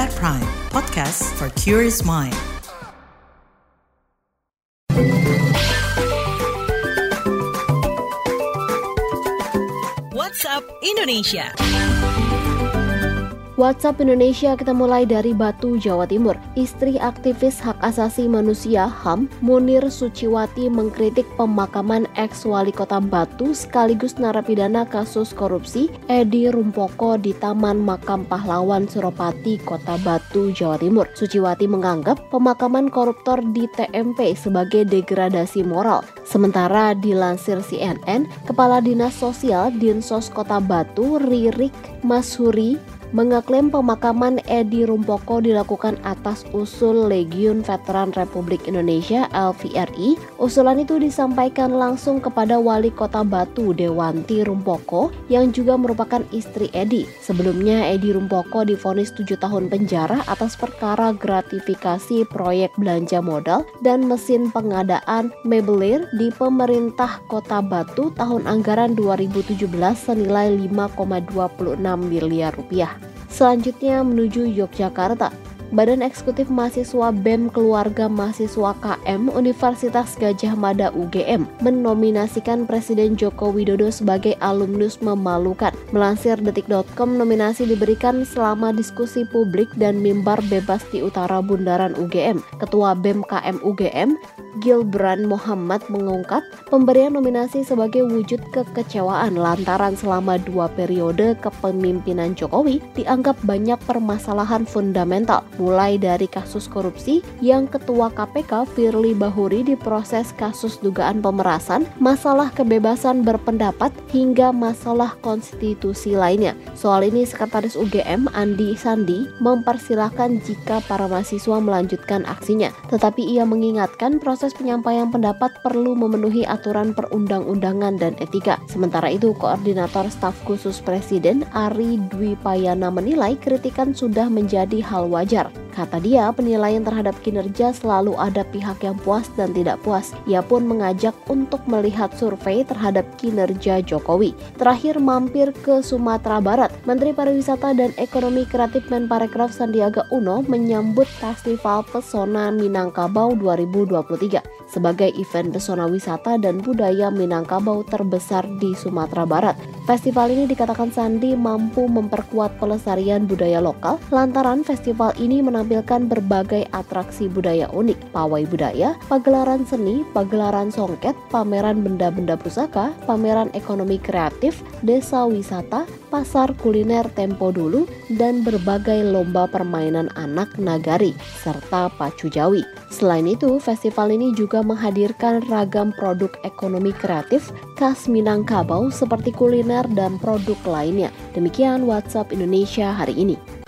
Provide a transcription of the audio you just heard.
KBR Prime, podcast for curious mind. WhatsApp Indonesia. WhatsApp Indonesia, kita mulai dari Batu, Jawa Timur. Istri aktivis hak asasi manusia HAM, Munir Suciwati, mengkritik pemakaman ex-wali kota Batu sekaligus narapidana kasus korupsi Edi Rumpoko di Taman Makam Pahlawan Suropati, Kota Batu, Jawa Timur. Suciwati menganggap pemakaman koruptor di TMP sebagai degradasi moral. Sementara dilansir CNN, Kepala Dinas Sosial Dinsos Kota Batu, Ririk Mashuri, mengaklaim pemakaman Edi Rumpoko dilakukan atas usul Legiun Veteran Republik Indonesia (LVRI). Usulan itu disampaikan langsung kepada Wali Kota Batu, Dewanti Rumpoko, yang juga merupakan istri Edi. Sebelumnya, Edi Rumpoko divonis 7 tahun penjara atas perkara gratifikasi proyek belanja modal dan mesin pengadaan Mebelir di pemerintah Kota Batu tahun anggaran 2017 senilai 5,26 miliar rupiah. Selanjutnya menuju Yogyakarta. Badan Eksekutif Mahasiswa BEM Keluarga Mahasiswa KM Universitas Gadjah Mada UGM menominasikan Presiden Joko Widodo sebagai alumnus memalukan. Melansir detik.com, nominasi diberikan selama diskusi publik dan mimbar bebas di utara bundaran UGM. Ketua BEM KM UGM, Gilbran Muhammad, mengungkap pemberian nominasi sebagai wujud kekecewaan lantaran selama 2 periode kepemimpinan Jokowi dianggap banyak permasalahan fundamental, mulai dari kasus korupsi yang Ketua KPK Firly Bahuri diproses kasus dugaan pemerasan, masalah kebebasan berpendapat, hingga masalah konstitusi lainnya. Soal ini Sekretaris UGM Andi Sandi mempersilahkan jika para mahasiswa melanjutkan aksinya, tetapi ia mengingatkan proses penyampaian pendapat perlu memenuhi aturan perundang-undangan dan etika. Sementara itu, Koordinator Staf Khusus Presiden Ari Dwi Payana menilai kritikan sudah menjadi hal wajar. Kata dia, penilaian terhadap kinerja selalu ada pihak yang puas dan tidak puas. Ia pun mengajak untuk melihat survei terhadap kinerja Jokowi. Terakhir mampir ke Sumatera Barat, Menteri Pariwisata dan Ekonomi Kreatif Menparekraf Sandiaga Uno menyambut Festival Pesona Minangkabau 2023 sebagai event pesona wisata dan budaya Minangkabau terbesar di Sumatera Barat. Festival ini dikatakan Sandi mampu memperkuat pelestarian budaya lokal lantaran festival ini menampilkan berbagai atraksi budaya unik, pawai budaya, pagelaran seni, pagelaran songket, pameran benda-benda pusaka, pameran ekonomi kreatif, desa wisata, pasar kuliner tempo dulu, dan berbagai lomba permainan anak nagari, serta pacu jawi. Selain itu, festival ini juga menghadirkan ragam produk ekonomi kreatif khas Minangkabau seperti kuliner dan produk lainnya. Demikian WhatsApp Indonesia hari ini.